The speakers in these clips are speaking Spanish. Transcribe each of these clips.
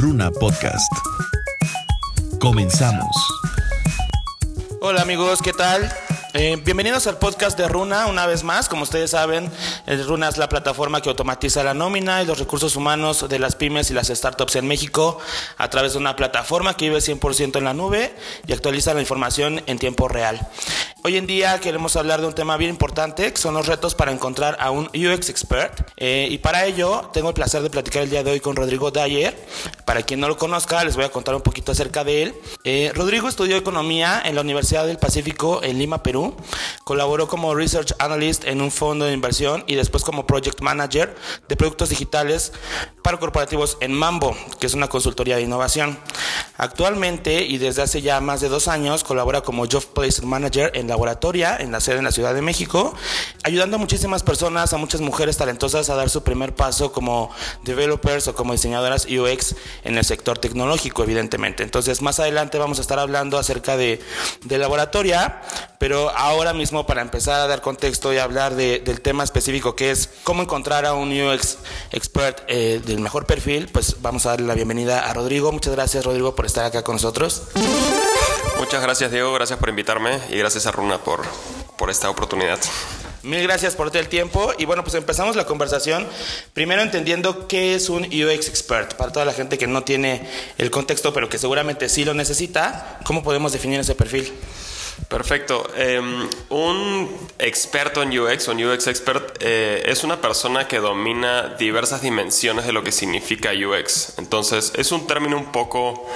Runa Podcast. Comenzamos. Hola amigos, ¿qué tal? Bienvenidos al podcast de Runa una vez más. Como ustedes saben, Runa es la plataforma que automatiza la nómina y los recursos humanos de las pymes y las startups en México a través de una plataforma que vive 100% en la nube y actualiza la información en tiempo real. Hoy en día queremos hablar de un tema bien importante, que son los retos para encontrar a un UX expert. Y para ello tengo el placer de platicar el día de hoy con Rodrigo Dyer. Para quien no lo conozca, les voy a contar un poquito acerca de él. Rodrigo estudió Economía en la Universidad del Pacífico en Lima, Perú. Colaboró como Research Analyst en un fondo de inversión y después como Project Manager de productos digitales para corporativos en Mambo, que es una consultoría de innovación. Actualmente y desde hace ya más de 2 años colabora como Job Placement Manager en Laboratoria, en la sede en la Ciudad de México, ayudando a muchísimas personas, a muchas mujeres talentosas a dar su primer paso como developers o como diseñadoras UX en el sector tecnológico, evidentemente. Entonces, más adelante vamos a estar hablando acerca de Laboratoria, pero ahora mismo, para empezar a dar contexto y hablar del tema específico que es cómo encontrar a un UX expert del mejor perfil, pues vamos a darle la bienvenida a Rodrigo. Muchas gracias, Rodrigo, por estar acá con nosotros. Muchas gracias, Diego, gracias por invitarme y gracias a Runa por esta oportunidad. Mil gracias por el tiempo y bueno, pues empezamos la conversación primero entendiendo qué es un UX expert. Para toda la gente que no tiene el contexto pero que seguramente sí lo necesita, ¿cómo podemos definir ese perfil? Perfecto. Un experto en UX, un UX expert, es una persona que domina diversas dimensiones de lo que significa UX. Entonces, es un término un poco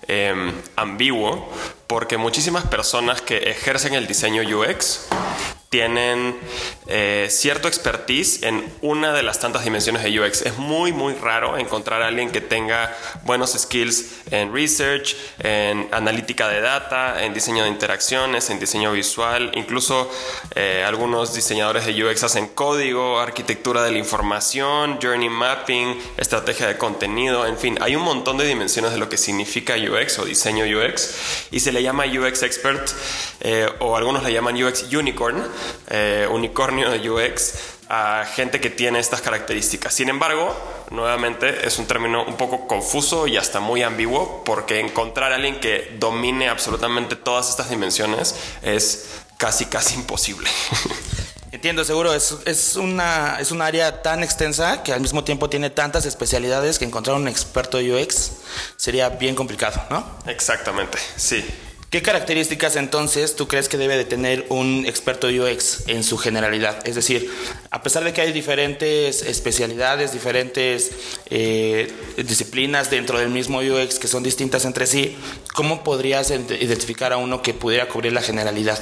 ambiguo porque muchísimas personas que ejercen el diseño UX tienen cierto expertise en una de las tantas dimensiones de UX. Es muy, muy raro encontrar a alguien que tenga buenos skills en research, en analítica de data, en diseño de interacciones, en diseño visual. Incluso algunos diseñadores de UX hacen código, arquitectura de la información, journey mapping, estrategia de contenido. En fin, hay un montón de dimensiones de lo que significa UX o diseño UX y se le llama UX expert o algunos le llaman UX unicorn. Unicornio de UX a gente que tiene estas características. Sin embargo, nuevamente es un término un poco confuso y hasta muy ambiguo porque encontrar a alguien que domine absolutamente todas estas dimensiones es casi imposible. Entiendo, seguro, es un área tan extensa que al mismo tiempo tiene tantas especialidades que encontrar un experto UX sería bien complicado, ¿no? Exactamente, sí. ¿Qué características entonces tú crees que debe de tener un experto UX en su generalidad? Es decir, a pesar de que hay diferentes especialidades, diferentes disciplinas dentro del mismo UX que son distintas entre sí, ¿cómo podrías identificar a uno que pudiera cubrir la generalidad?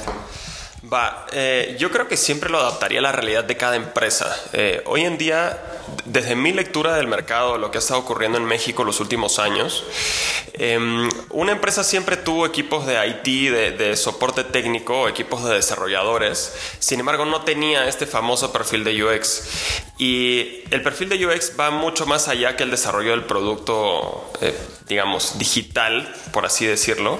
Yo creo que siempre lo adaptaría a la realidad de cada empresa. Hoy en día, desde mi lectura del mercado, lo que ha estado ocurriendo en México los últimos años, una empresa siempre tuvo equipos de IT, de soporte técnico, equipos de desarrolladores. Sin embargo, no tenía este famoso perfil de UX. Y el perfil de UX va mucho más allá que el desarrollo del producto, digamos, digital, por así decirlo.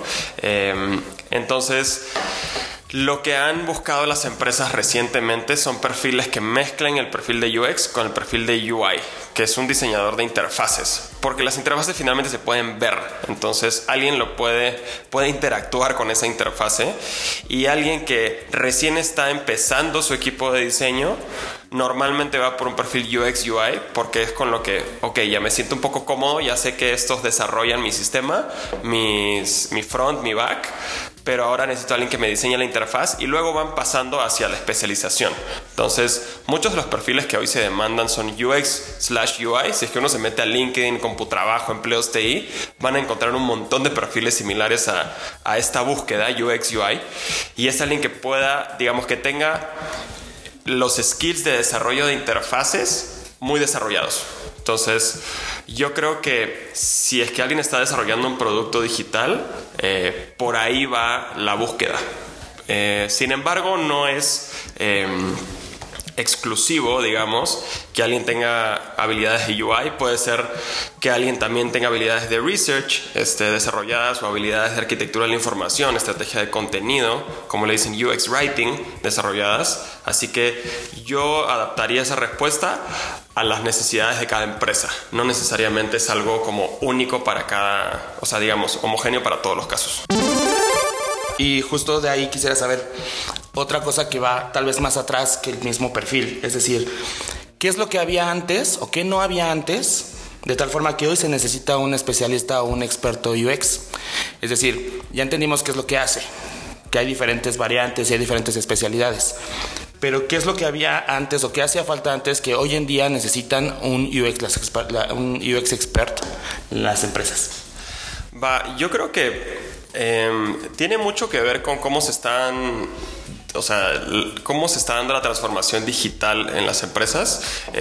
Entonces, lo que han buscado las empresas recientemente son perfiles que mezclen el perfil de UX con el perfil de UI, que es un diseñador de interfaces, porque las interfaces finalmente se pueden ver. Entonces alguien puede interactuar con esa interfase y alguien que recién está empezando su equipo de diseño normalmente va por un perfil UX UI porque es con lo que, ya me siento un poco cómodo, ya sé que estos desarrollan mi sistema, mi front, mi back, pero ahora necesito a alguien que me diseñe la interfaz y luego van pasando hacia la especialización. Entonces, muchos de los perfiles que hoy se demandan son UX/UI. Si es que uno se mete a LinkedIn, CompuTrabajo, Empleos TI, van a encontrar un montón de perfiles similares a esta búsqueda UX/UI. Y es alguien que pueda, digamos, que tenga los skills de desarrollo de interfaces muy desarrollados. Entonces, yo creo que si es que alguien está desarrollando un producto digital, por ahí va la búsqueda. Sin embargo, no es exclusivo, digamos, que alguien tenga habilidades de UI, puede ser que alguien también tenga habilidades de research desarrolladas o habilidades de arquitectura de la información, estrategia de contenido, como le dicen UX Writing, desarrolladas. Así que yo adaptaría esa respuesta a las necesidades de cada empresa. No necesariamente es algo como único para cada, o sea, digamos, homogéneo para todos los casos. Y justo de ahí quisiera saber otra cosa que va tal vez más atrás que el mismo perfil. Es decir, ¿qué es lo que había antes o qué no había antes? De tal forma que hoy se necesita un especialista o un experto UX. Es decir, ya entendimos qué es lo que hace, que hay diferentes variantes y hay diferentes especialidades. Pero ¿qué es lo que había antes o qué hacía falta antes que hoy en día necesitan un UX expert en las empresas? Yo creo que tiene mucho que ver con cómo se están... O sea, cómo se está dando la transformación digital en las empresas.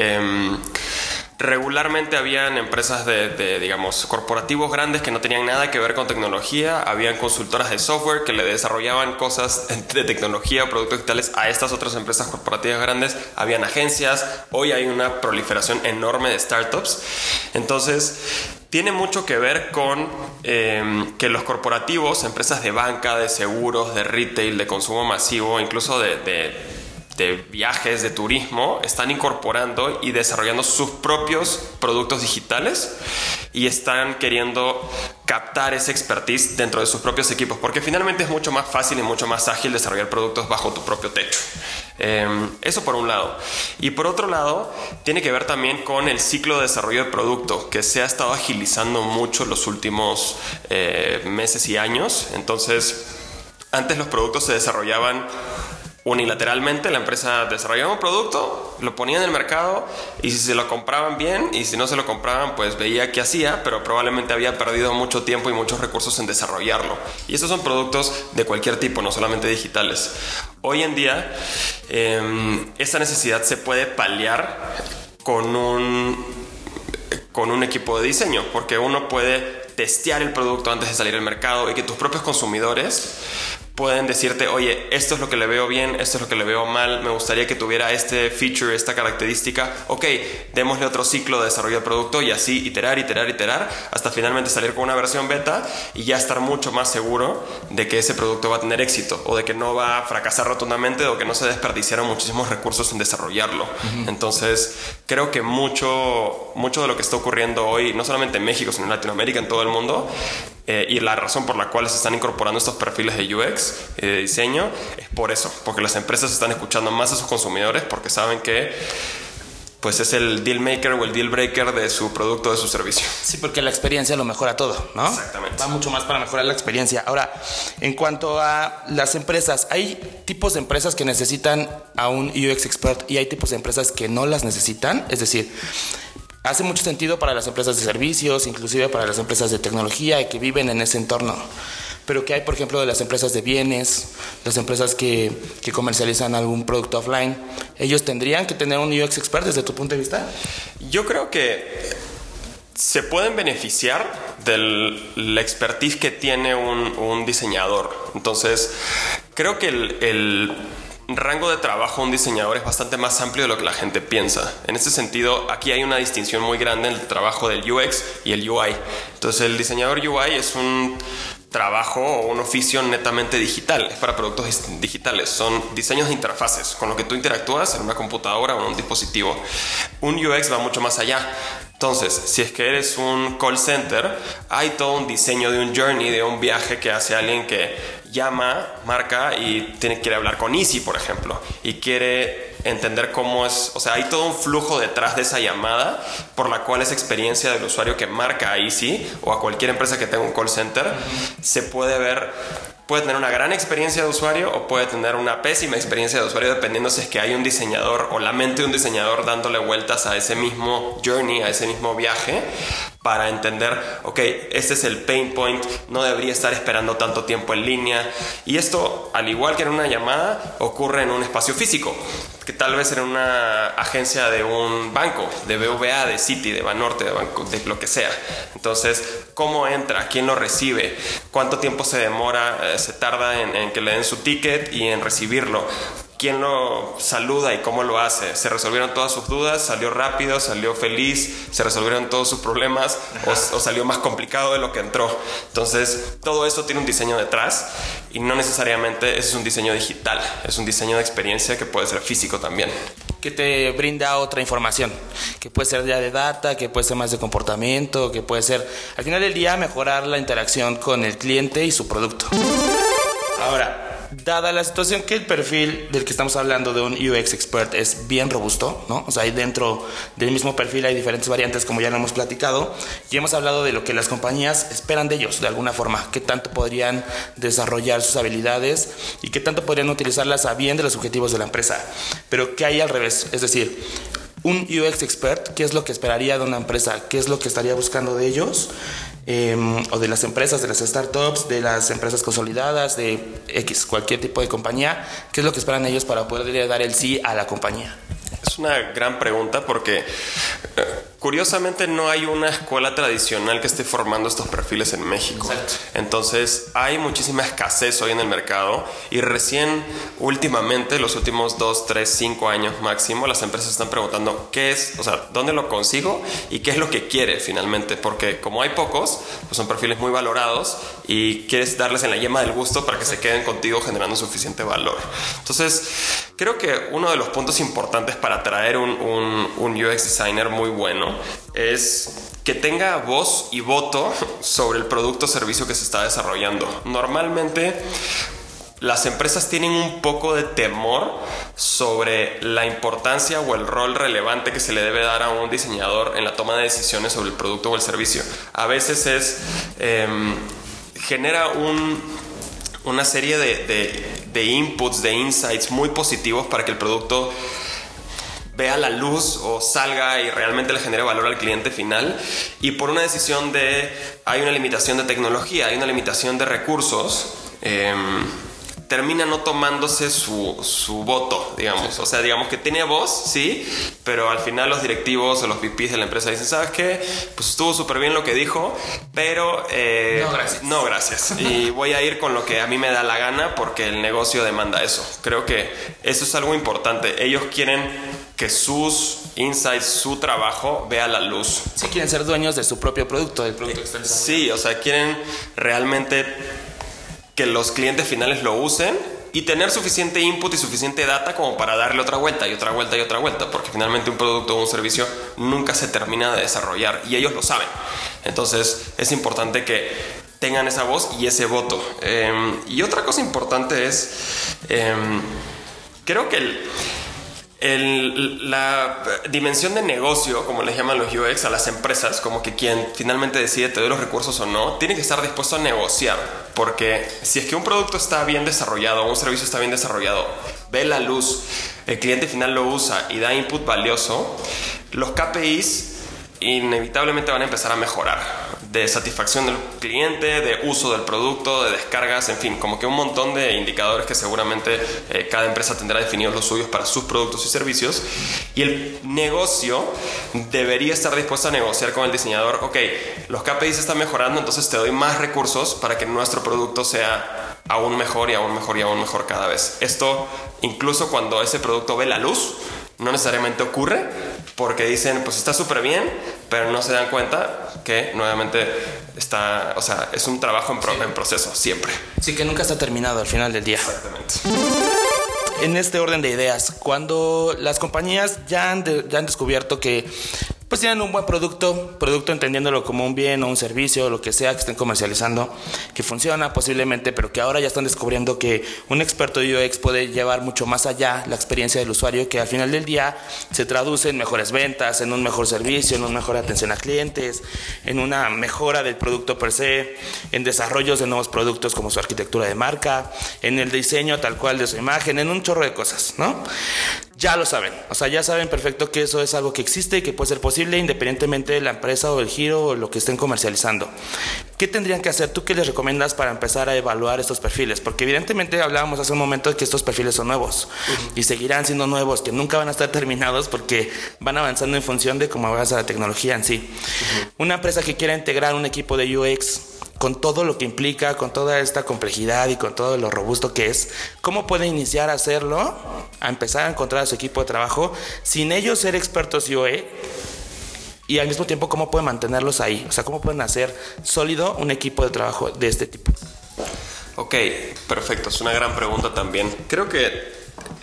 Regularmente habían empresas digamos, corporativos grandes que no tenían nada que ver con tecnología. Habían consultoras de software que le desarrollaban cosas de tecnología o productos digitales a estas otras empresas corporativas grandes. Habían agencias. Hoy hay una proliferación enorme de startups. Entonces, tiene mucho que ver con que los corporativos, empresas de banca, de seguros, de retail, de consumo masivo, incluso de viajes, de turismo, están incorporando y desarrollando sus propios productos digitales y están queriendo captar ese expertise dentro de sus propios equipos, porque finalmente es mucho más fácil y mucho más ágil desarrollar productos bajo tu propio techo. Eso por un lado. Y por otro lado, tiene que ver también con el ciclo de desarrollo de producto, que se ha estado agilizando mucho los últimos meses y años. Entonces, antes los productos se desarrollaban unilateralmente. La empresa desarrollaba un producto, lo ponía en el mercado y si se lo compraban bien y si no se lo compraban pues veía qué hacía, pero probablemente había perdido mucho tiempo y muchos recursos en desarrollarlo. Y estos son productos de cualquier tipo, no solamente digitales. Hoy en día esta necesidad se puede paliar con un equipo de diseño, porque uno puede testear el producto antes de salir al mercado y que tus propios consumidores pueden decirte, oye, esto es lo que le veo bien, esto es lo que le veo mal, me gustaría que tuviera este feature, esta característica. Ok, démosle otro ciclo de desarrollo del producto y así iterar, hasta finalmente salir con una versión beta y ya estar mucho más seguro de que ese producto va a tener éxito o de que no va a fracasar rotundamente o que no se desperdiciaron muchísimos recursos en desarrollarlo. Entonces, creo que mucho de lo que está ocurriendo hoy, no solamente en México, sino en Latinoamérica, en todo el mundo, y la razón por la cual se están incorporando estos perfiles de UX, de diseño, es por eso, porque las empresas están escuchando más a sus consumidores porque saben que pues es el deal maker o el deal breaker de su producto o de su servicio. Sí, porque la experiencia lo mejora todo, ¿no? Exactamente. Va mucho más para mejorar la experiencia. Ahora, en cuanto a las empresas, hay tipos de empresas que necesitan a un UX expert y hay tipos de empresas que no las necesitan. Es decir, hace mucho sentido para las empresas de servicios, inclusive para las empresas de tecnología y que viven en ese entorno. Pero ¿qué hay, por ejemplo, de las empresas de bienes, las empresas que comercializan algún producto offline? ¿Ellos tendrían que tener un UX expert desde tu punto de vista? Yo creo que se pueden beneficiar de la expertise que tiene un diseñador. Entonces, creo que el rango de trabajo de un diseñador es bastante más amplio de lo que la gente piensa. En este sentido, aquí hay una distinción muy grande entre el trabajo del UX y el UI. Entonces, el diseñador UI es un trabajo o un oficio netamente digital, es para productos digitales, son diseños de interfaces con lo que tú interactúas en una computadora o en un dispositivo. Un UX va mucho más allá. Entonces, si es que eres un call center, hay todo un diseño de un journey, de un viaje que hace alguien que llama, marca y quiere hablar con Easy, por ejemplo, y quiere entender cómo es, o sea, hay todo un flujo detrás de esa llamada por la cual esa experiencia del usuario que marca a Easy o a cualquier empresa que tenga un call center se puede ver, puede tener una gran experiencia de usuario o puede tener una pésima experiencia de usuario dependiendo si es que hay un diseñador o la mente de un diseñador dándole vueltas a ese mismo journey, a ese mismo viaje para entender, ok, este es el pain point, no debería estar esperando tanto tiempo en línea. Y esto, al igual que en una llamada, ocurre en un espacio físico, que tal vez en una agencia de un banco, de BVA, de Citi, de Banorte, de banco, de lo que sea. Entonces, ¿cómo entra? ¿Quién lo recibe? ¿Cuánto tiempo se demora, se tarda en que le den su ticket y en recibirlo? quién lo saluda y cómo lo hace. Se resolvieron todas sus dudas, salió rápido, salió feliz, se resolvieron todos sus problemas o salió más complicado de lo que entró. Entonces, todo eso tiene un diseño detrás y no necesariamente es un diseño digital, es un diseño de experiencia que puede ser físico también. Que te brinda otra información, que puede ser ya de data, que puede ser más de comportamiento, que puede ser, al final del día, mejorar la interacción con el cliente y su producto. Ahora, dada la situación que el perfil del que estamos hablando de un UX expert es bien robusto, ¿no? O sea, ahí dentro del mismo perfil hay diferentes variantes, como ya lo hemos platicado, y hemos hablado de lo que las compañías esperan de ellos, de alguna forma, qué tanto podrían desarrollar sus habilidades y qué tanto podrían utilizarlas a bien de los objetivos de la empresa. Pero ¿qué hay al revés? Es decir, un UX expert, ¿qué es lo que esperaría de una empresa? ¿Qué es lo que estaría buscando de ellos? O de las empresas, de las startups, de las empresas consolidadas, de X, cualquier tipo de compañía. ¿Qué es lo que esperan ellos para poder dar el sí a la compañía? Es una gran pregunta porque curiosamente no hay una escuela tradicional que esté formando estos perfiles en México. Exacto. Entonces hay muchísima escasez hoy en el mercado y recién últimamente, los últimos 2, 3, 5 años máximo, las empresas están preguntando qué es, o sea, dónde lo consigo y qué es lo que quiere finalmente, porque como hay pocos, pues son perfiles muy valorados y quieres darles en la yema del gusto para que se queden contigo generando suficiente valor. Entonces creo que uno de los puntos importantes para atraer un UX designer muy bueno es que tenga voz y voto sobre el producto o servicio que se está desarrollando. Normalmente las empresas tienen un poco de temor sobre la importancia o el rol relevante que se le debe dar a un diseñador en la toma de decisiones sobre el producto o el servicio. A veces genera una serie de inputs, de insights muy positivos para que el producto vea la luz o salga y realmente le genere valor al cliente final, y por una decisión hay una limitación de tecnología, hay una limitación de recursos, termina no tomándose su voto, digamos. O sea, digamos que tiene voz, sí, pero al final los directivos o los VPs de la empresa dicen, ¿sabes qué? Pues estuvo súper bien lo que dijo, pero no, gracias. Y voy a ir con lo que a mí me da la gana porque el negocio demanda eso. Creo que eso es algo importante. Ellos quieren que sus insights, su trabajo vea la luz. Sí, quieren ser dueños de su propio producto, del producto que están desarrollando. Sí, o sea, quieren realmente que los clientes finales lo usen y tener suficiente input y suficiente data como para darle otra vuelta y otra vuelta y otra vuelta, porque finalmente un producto o un servicio nunca se termina de desarrollar y ellos lo saben. Entonces es importante que tengan esa voz y ese voto. Y otra cosa importante es, creo que la dimensión de negocio, como les llaman los UX a las empresas, como que quien finalmente decide te doy los recursos o no, tiene que estar dispuesto a negociar, porque si es que un producto está bien desarrollado, un servicio está bien desarrollado, ve la luz, el cliente final lo usa y da input valioso, los KPIs inevitablemente van a empezar a mejorar, de satisfacción del cliente, de uso del producto, de descargas, en fin, como que un montón de indicadores que seguramente cada empresa tendrá definidos los suyos para sus productos y servicios, y el negocio debería estar dispuesto a negociar con el diseñador. Ok, los KPIs están mejorando, entonces te doy más recursos para que nuestro producto sea aún mejor y aún mejor y aún mejor cada vez. Esto incluso cuando ese producto ve la luz no necesariamente ocurre, porque dicen pues está súper bien, pero no se dan cuenta que nuevamente está, o sea, es un trabajo en proceso siempre. Sí, que nunca está terminado al final del día. Exactamente. En este orden de ideas, cuando las compañías ya han descubierto que pues tienen un buen producto entendiéndolo como un bien o un servicio, lo que sea que estén comercializando, que funciona posiblemente, pero que ahora ya están descubriendo que un experto de UX puede llevar mucho más allá la experiencia del usuario, que al final del día se traduce en mejores ventas, en un mejor servicio, en una mejor atención a clientes, en una mejora del producto per se, en desarrollos de nuevos productos como su arquitectura de marca, en el diseño tal cual de su imagen, en un chorro de cosas, ¿no? Ya lo saben, o sea, ya saben perfecto que eso es algo que existe y que puede ser posible independientemente de la empresa o el giro o lo que estén comercializando. ¿Qué tendrían que hacer? ¿Tú qué les recomiendas para empezar a evaluar estos perfiles? Porque evidentemente hablábamos hace un momento de que estos perfiles son nuevos y seguirán siendo nuevos, que nunca van a estar terminados porque van avanzando en función de cómo avanza la tecnología en sí. Una empresa que quiera integrar un equipo de UX, con todo lo que implica, con toda esta complejidad y con todo lo robusto que es, ¿cómo puede iniciar a hacerlo, a empezar a encontrar a su equipo de trabajo sin ellos ser expertos UX? Y al mismo tiempo, ¿cómo pueden mantenerlos ahí? O sea, ¿cómo pueden hacer sólido un equipo de trabajo de este tipo? Ok, perfecto. Es una gran pregunta también. Creo que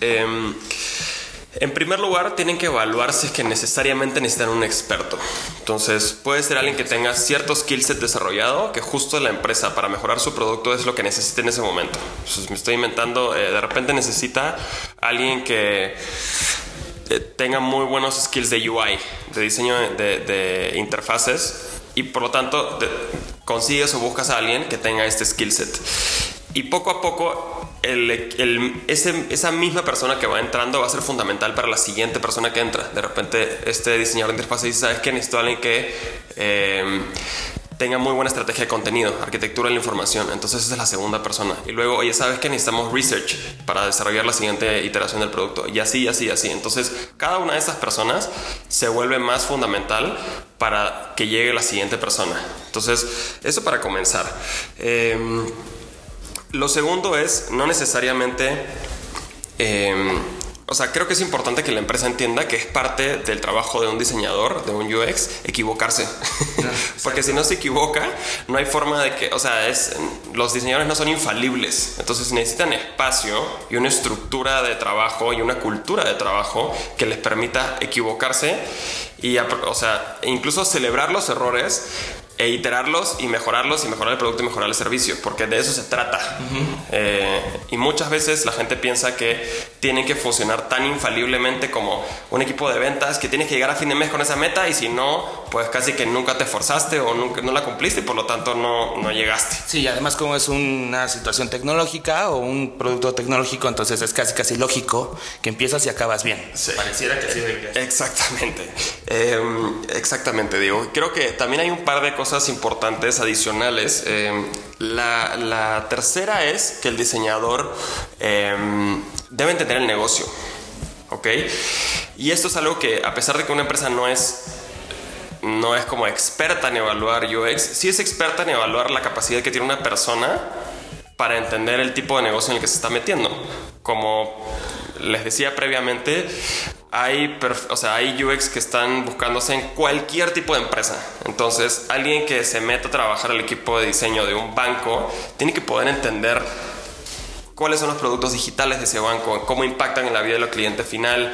en primer lugar tienen que evaluar si es que necesariamente necesitan un experto. Entonces puede ser alguien que tenga cierto skill set desarrollado que justo la empresa para mejorar su producto es lo que necesite en ese momento. Entonces me estoy inventando, de repente necesita alguien que tenga muy buenos skills de UI, de diseño de interfaces, y por lo tanto consigues o buscas a alguien que tenga este skill set. Y poco a poco esa misma persona que va entrando va a ser fundamental para la siguiente persona que entra. De repente este diseñador de interfaces dice, ¿sabes qué? Necesito a alguien que tenga muy buena estrategia de contenido, arquitectura de la información. Entonces esa es la segunda persona. Y luego, oye, ¿sabes qué? Necesitamos research para desarrollar la siguiente iteración del producto. Y así, así, así. Entonces cada una de esas personas se vuelve más fundamental para que llegue la siguiente persona. Entonces eso para comenzar. Lo segundo es no necesariamente... o sea, creo que es importante que la empresa entienda que es parte del trabajo de un diseñador, de un UX, equivocarse. Porque si no se equivoca, no hay forma de que... O sea, los diseñadores no son infalibles. Entonces necesitan espacio y una estructura de trabajo y una cultura de trabajo que les permita equivocarse y, o sea, incluso celebrar los errores e iterarlos y mejorar el producto y mejorar el servicio, porque de eso se trata. Y muchas veces la gente piensa que tienen que funcionar tan infaliblemente como un equipo de ventas, que tienes que llegar a fin de mes con esa meta, y si no, pues casi que nunca te esforzaste o nunca, no la cumpliste y por lo tanto no llegaste. Sí, y además como es una situación tecnológica o un producto tecnológico, entonces es casi lógico que empiezas y acabas bien. Sí. Pareciera que así debería ser. Exactamente. Exactamente, digo. Creo que también hay un par de cosas importantes adicionales. La tercera es que el diseñador debe entender el negocio, ¿ok? Y esto es algo que, a pesar de que una empresa no es como experta en evaluar UX, sí es experta en evaluar la capacidad que tiene una persona para entender el tipo de negocio en el que se está metiendo. Como les decía previamente, hay UX que están buscándose en cualquier tipo de empresa. Entonces, alguien que se meta a trabajar al equipo de diseño de un banco tiene que poder entender cuáles son los productos digitales de ese banco, cómo impactan en la vida del cliente final,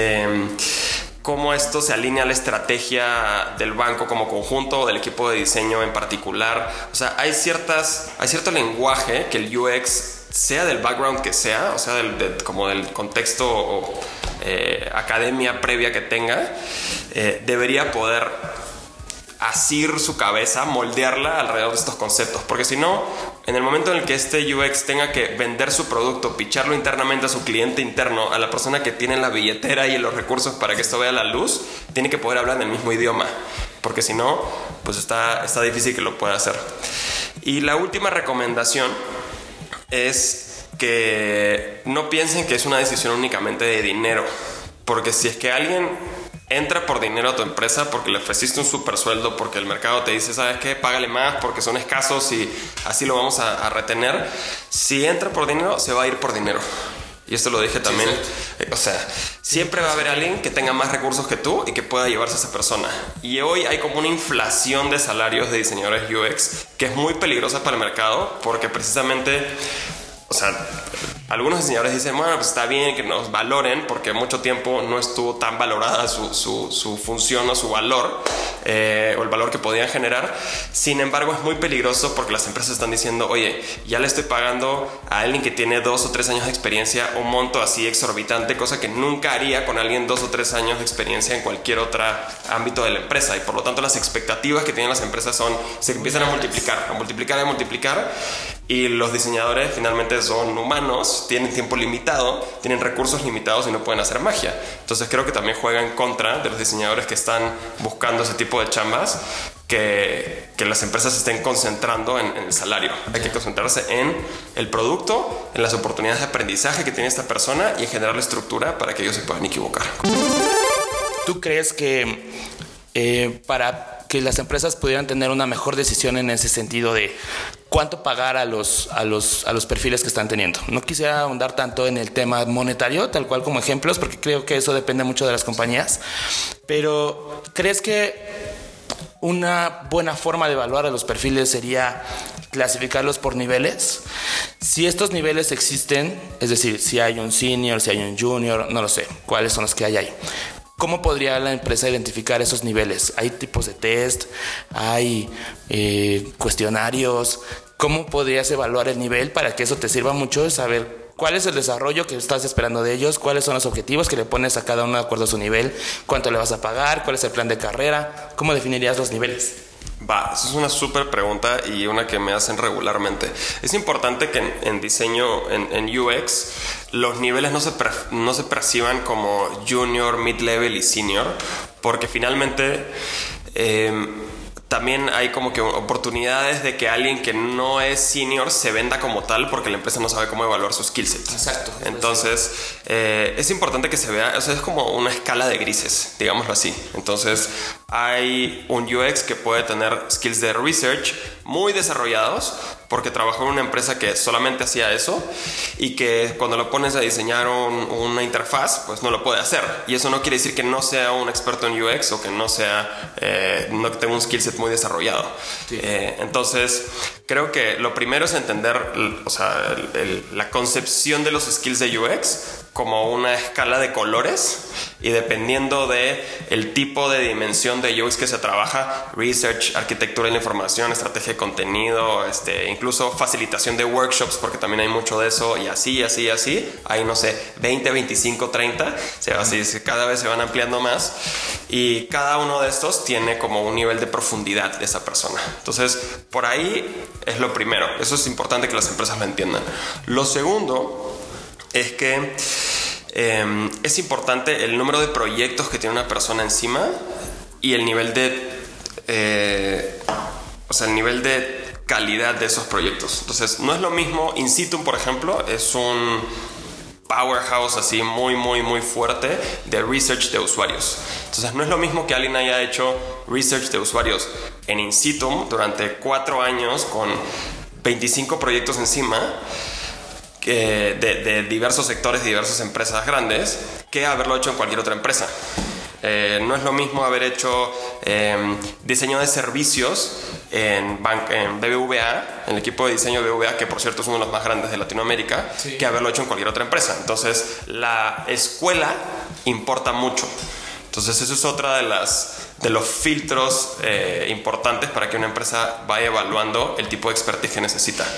cómo esto se alinea a la estrategia del banco como conjunto o del equipo de diseño en particular. O sea, hay cierto lenguaje que el UX, sea del background que sea, o sea, como del contexto o academia previa que tenga, debería poder asir su cabeza, moldearla alrededor de estos conceptos, porque si no, en el momento en el que este UX tenga que vender su producto, picharlo internamente a su cliente interno, a la persona que tiene la billetera y los recursos para que esto vea la luz, tiene que poder hablar en el mismo idioma, porque si no, pues está difícil que lo pueda hacer. Y la última recomendación es que no piensen que es una decisión únicamente de dinero, porque si es que alguien entra por dinero a tu empresa porque le ofreciste un super sueldo, porque el mercado te dice, ¿sabes qué? Págale más porque son escasos y así lo vamos a retener. Si entra por dinero, se va a ir por dinero. Y esto lo dije también. Sí. O sea, siempre va a haber alguien que tenga más recursos que tú y que pueda llevarse a esa persona. Y hoy hay como una inflación de salarios de diseñadores UX que es muy peligrosa para el mercado, porque precisamente... O sea, algunos diseñadores dicen, bueno, pues está bien que nos valoren porque mucho tiempo no estuvo tan valorada su función o su valor, o el valor que podían generar. Sin embargo, es muy peligroso porque las empresas están diciendo, oye, ya le estoy pagando a alguien que tiene 2 o 3 años de experiencia un monto así exorbitante, cosa que nunca haría con alguien 2 o 3 años de experiencia en cualquier otro ámbito de la empresa. Y por lo tanto, las expectativas que tienen las empresas se empiezan a multiplicar. Y los diseñadores finalmente son humanos, tienen tiempo limitado, tienen recursos limitados y no pueden hacer magia. Entonces creo que también juega en contra de los diseñadores que están buscando ese tipo de chambas, que las empresas estén concentrando en el salario. Hay que concentrarse en el producto, en las oportunidades de aprendizaje que tiene esta persona y en generar la estructura para que ellos se puedan equivocar. ¿Tú crees que para que que las empresas pudieran tener una mejor decisión en ese sentido de cuánto pagar a los perfiles que están teniendo. No quisiera ahondar tanto en el tema monetario, tal cual como ejemplos, porque creo que eso depende mucho de las compañías, pero ¿crees que una buena forma de evaluar a los perfiles sería clasificarlos por niveles? Si estos niveles existen, es decir, si hay un senior, si hay un junior, no lo sé, cuáles son los que hay ahí. ¿Cómo podría la empresa identificar esos niveles? ¿Hay tipos de test? ¿Hay cuestionarios? ¿Cómo podrías evaluar el nivel para que eso te sirva mucho de saber cuál es el desarrollo que estás esperando de ellos, cuáles son los objetivos que le pones a cada uno de acuerdo a su nivel, cuánto le vas a pagar, cuál es el plan de carrera? ¿Cómo definirías los niveles? Esa es una súper pregunta y una que me hacen regularmente. Es importante que en diseño, en UX, los niveles no se perciban como junior, mid-level y senior, porque finalmente también hay como que oportunidades de que alguien que no es senior se venda como tal porque la empresa no sabe cómo evaluar su skill set. Exacto. Entonces, es importante que se vea, o sea, es como una escala de grises, digámoslo así. Entonces, hay un UX que puede tener skills de research muy desarrollados porque trabajó en una empresa que solamente hacía eso y que cuando lo pones a diseñar una interfaz, pues no lo puede hacer. Y eso no quiere decir que no sea un experto en UX o que no que tenga un skill set muy desarrollado. Sí. Entonces, creo que lo primero es entender, o sea, la concepción de los skills de UX como una escala de colores, y dependiendo de el tipo de dimensión de UX que se trabaja, research, arquitectura de la información, estrategia de contenido, incluso facilitación de workshops, porque también hay mucho de eso, y así, hay, no sé, 20, 25, 30, así, cada vez se van ampliando más, y cada uno de estos tiene como un nivel de profundidad de esa persona. Entonces, por ahí es lo primero. Eso es importante que las empresas lo entiendan. Lo segundo es que es importante el número de proyectos que tiene una persona encima y el nivel de el nivel de calidad de esos proyectos. Entonces, no es lo mismo. Insitum, por ejemplo, es un powerhouse así muy fuerte de research de usuarios. Entonces, no es lo mismo que alguien haya hecho research de usuarios en Insitum durante 4 años con 25 proyectos encima, de diversos sectores y diversas empresas grandes, que haberlo hecho en cualquier otra empresa. No es lo mismo haber hecho diseño de servicios en BBVA, en el equipo de diseño de BBVA, que por cierto es uno de los más grandes de Latinoamérica, sí, que haberlo hecho en cualquier otra empresa. Entonces, la escuela importa mucho. Entonces, eso es otra de los filtros importantes para que una empresa vaya evaluando el tipo de expertise que necesita.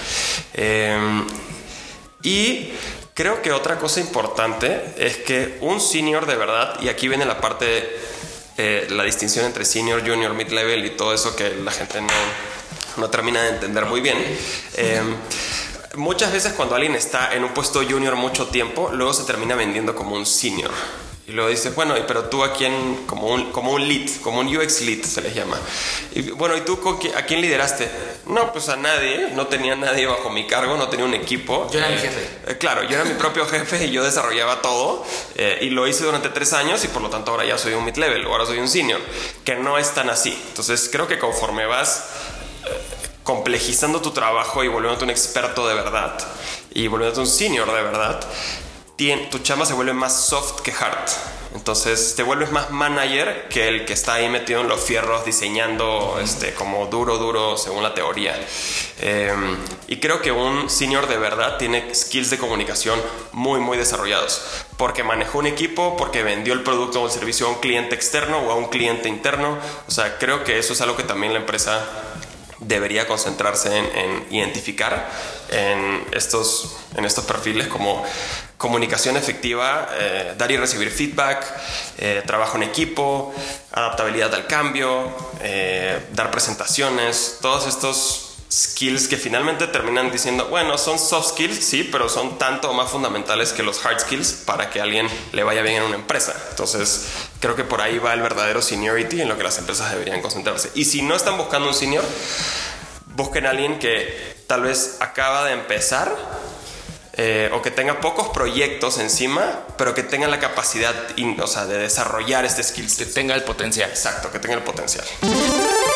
Y creo que otra cosa importante es que un senior de verdad, y aquí viene la parte, la distinción entre senior, junior, mid-level y todo eso que la gente no termina de entender muy bien. Muchas veces cuando alguien está en un puesto junior mucho tiempo, luego se termina vendiendo como un senior. Y luego dices, bueno, pero tú a quién, como un lead, como un UX lead se les llama. Y bueno, ¿y tú a quién lideraste? No, pues a nadie, no tenía nadie bajo mi cargo, no tenía un equipo. Yo era mi jefe. Claro, yo era mi propio jefe y yo desarrollaba todo, y lo hice durante 3 años y por lo tanto ahora ya soy un mid-level, ahora soy un senior, que no es tan así. Entonces creo que conforme vas complejizando tu trabajo y volviéndote un experto de verdad y volviéndote un senior de verdad, tu chamba se vuelve más soft que hard. Entonces te vuelves más manager que el que está ahí metido en los fierros diseñando como duro según la teoría. Y creo que un senior de verdad tiene skills de comunicación muy desarrollados, porque manejó un equipo, porque vendió el producto o el servicio a un cliente externo o a un cliente interno. O sea, creo que eso es algo que también la empresa debería concentrarse en identificar en estos perfiles, como comunicación efectiva, dar y recibir feedback, trabajo en equipo, adaptabilidad al cambio, dar presentaciones, todos estos skills que finalmente terminan diciendo, bueno, son soft skills, sí, pero son tanto o más fundamentales que los hard skills para que a alguien le vaya bien en una empresa. Entonces, creo que por ahí va el verdadero seniority en lo que las empresas deberían concentrarse. Y si no están buscando un senior, busquen a alguien que tal vez acaba de empezar, o que tenga pocos proyectos encima, pero que tenga la capacidad de desarrollar este skill set. Que tenga el potencial. Exacto, que tenga el potencial.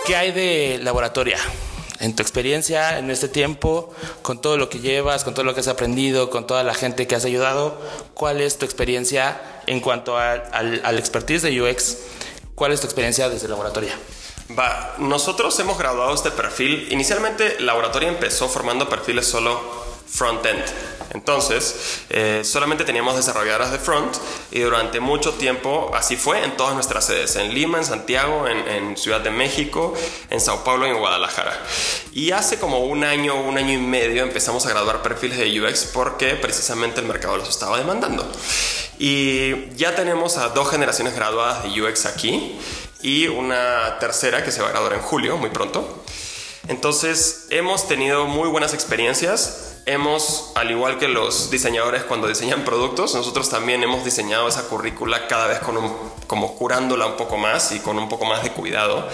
¿Qué hay de Laboratoria? En tu experiencia, en este tiempo, con todo lo que llevas, con todo lo que has aprendido, con toda la gente que has ayudado, ¿cuál es tu experiencia en cuanto al expertise de UX? ¿Cuál es tu experiencia desde Laboratoria? Nosotros hemos graduado este perfil. Inicialmente, Laboratoria empezó formando perfiles solo front-end. Entonces, solamente teníamos desarrolladoras de front y durante mucho tiempo así fue en todas nuestras sedes, en Lima, en Santiago, en Ciudad de México, en Sao Paulo y en Guadalajara. Y hace como un año y medio empezamos a graduar perfiles de UX porque precisamente el mercado los estaba demandando. Y ya tenemos a 2 generaciones graduadas de UX aquí y una tercera que se va a graduar en julio, muy pronto. Entonces, hemos tenido muy buenas experiencias. Al igual que los diseñadores cuando diseñan productos, nosotros también hemos diseñado esa currícula cada vez como curándola un poco más y con un poco más de cuidado.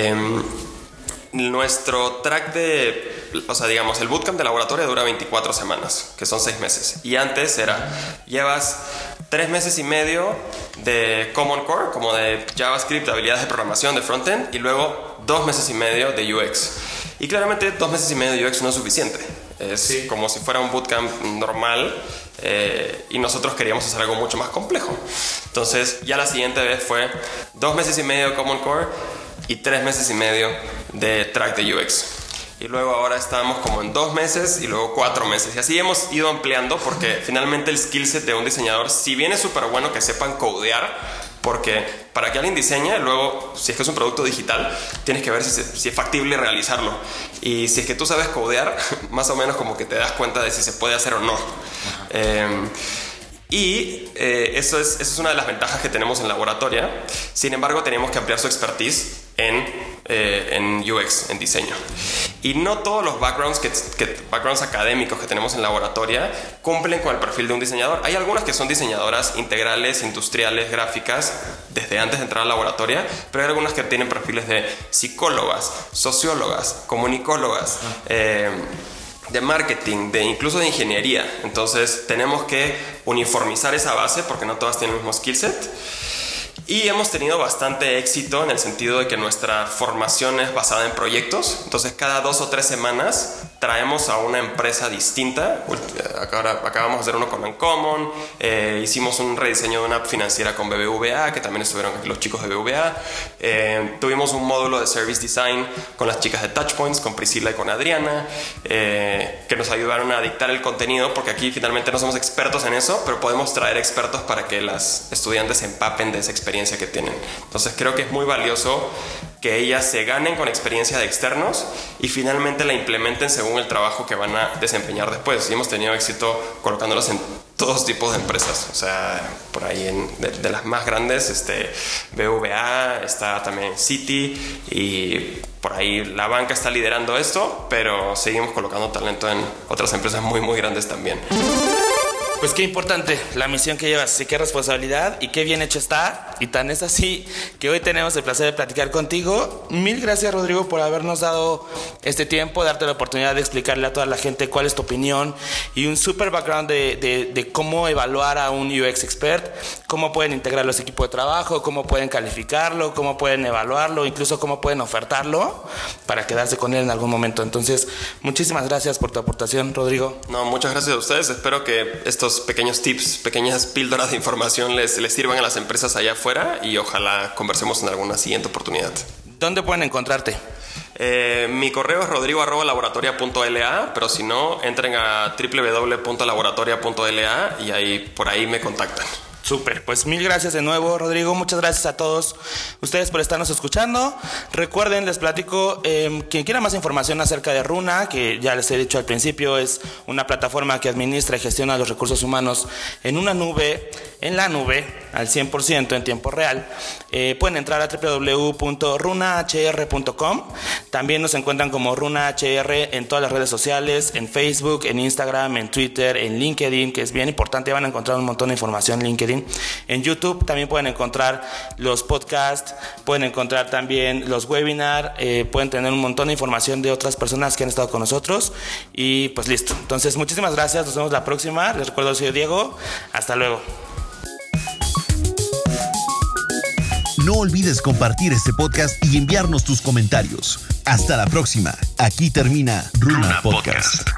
Nuestro track digamos, el bootcamp de Laboratoria dura 24 semanas, que son 6 meses. Y antes llevas 3 meses y medio de Common Core, como de JavaScript, de habilidades de programación, de frontend, y luego 2 meses y medio de UX. Y claramente 2 meses y medio de UX no es suficiente. Es como si fuera un bootcamp normal y nosotros queríamos hacer algo mucho más complejo. Entonces ya la siguiente vez fue 2 meses y medio de Common Core y 3 meses y medio de track de UX. Y luego ahora estamos como en 2 meses y luego 4 meses. Y así hemos ido ampliando porque finalmente el skill set de un diseñador, si bien es súper bueno que sepan codear, porque para que alguien diseñe, luego, si es que es un producto digital, tienes que ver si es factible realizarlo. Y si es que tú sabes codear, más o menos como que te das cuenta de si se puede hacer o no. Eso es una de las ventajas que tenemos en Laboratoria. Sin embargo, tenemos que ampliar su expertise en UX, en diseño. Y no todos los backgrounds académicos que tenemos en Laboratoria cumplen con el perfil de un diseñador. Hay algunas que son diseñadoras integrales, industriales, gráficas, desde antes de entrar a Laboratoria, pero hay algunas que tienen perfiles de psicólogas, sociólogas, comunicólogas, de marketing, incluso de ingeniería. Entonces tenemos que uniformizar esa base porque no todas tienen el mismo skill set. Y hemos tenido bastante éxito en el sentido de que nuestra formación es basada en proyectos. Entonces cada 2 o 3 semanas traemos a una empresa distinta. Acabamos de hacer uno con Uncommon. Hicimos un rediseño de una app financiera con BBVA, que también estuvieron aquí los chicos de BBVA. Tuvimos un módulo de Service Design con las chicas de Touchpoints, con Priscila y con Adriana, que nos ayudaron a dictar el contenido, porque aquí finalmente no somos expertos en eso, pero podemos traer expertos para que las estudiantes se empapen de esa experiencia que tienen. Entonces creo que es muy valioso que ellas se ganen con experiencia de externos y finalmente la implementen según el trabajo que van a desempeñar después. Y hemos tenido éxito colocándolos en todos tipos de empresas. O sea, por ahí de las más grandes, BVA, está también Citi, y por ahí la banca está liderando esto, pero seguimos colocando talento en otras empresas muy, muy grandes también. Pues qué importante la misión que llevas y qué responsabilidad y qué bien hecho está. Y tan es así que hoy tenemos el placer de platicar contigo. Mil gracias, Rodrigo, por habernos dado este tiempo, darte la oportunidad de explicarle a toda la gente cuál es tu opinión y un super background de cómo evaluar a un UX expert, cómo pueden integrar los equipos de trabajo, cómo pueden calificarlo, cómo pueden evaluarlo, incluso cómo pueden ofertarlo para quedarse con él en algún momento. Entonces, muchísimas gracias por tu aportación, Rodrigo. No, muchas gracias a ustedes. Espero que estos pequeños tips, pequeñas píldoras de información les sirvan a las empresas allá afuera y ojalá conversemos en alguna siguiente oportunidad. ¿Dónde pueden encontrarte? Mi correo es rodrigo@laboratoria.la, pero si no, entren a www.laboratoria.la y por ahí me contactan. Súper, pues mil gracias de nuevo, Rodrigo. Muchas gracias a todos ustedes por estarnos escuchando. Recuerden, les platico, quien quiera más información acerca de Runa, que ya les he dicho al principio, es una plataforma que administra y gestiona los recursos humanos en la nube, al 100% en tiempo real. Pueden entrar a www.runahr.com. También nos encuentran como RunaHR en todas las redes sociales, en Facebook, en Instagram, en Twitter, en LinkedIn, que es bien importante, van a encontrar un montón de información en LinkedIn. En YouTube también pueden encontrar los podcasts, pueden encontrar también los webinars, pueden tener un montón de información de otras personas que han estado con nosotros y pues listo. Entonces muchísimas gracias, nos vemos la próxima. Les recuerdo, soy Diego, hasta luego. No olvides compartir este podcast y enviarnos tus comentarios. Hasta la próxima. Aquí termina Runa Podcast.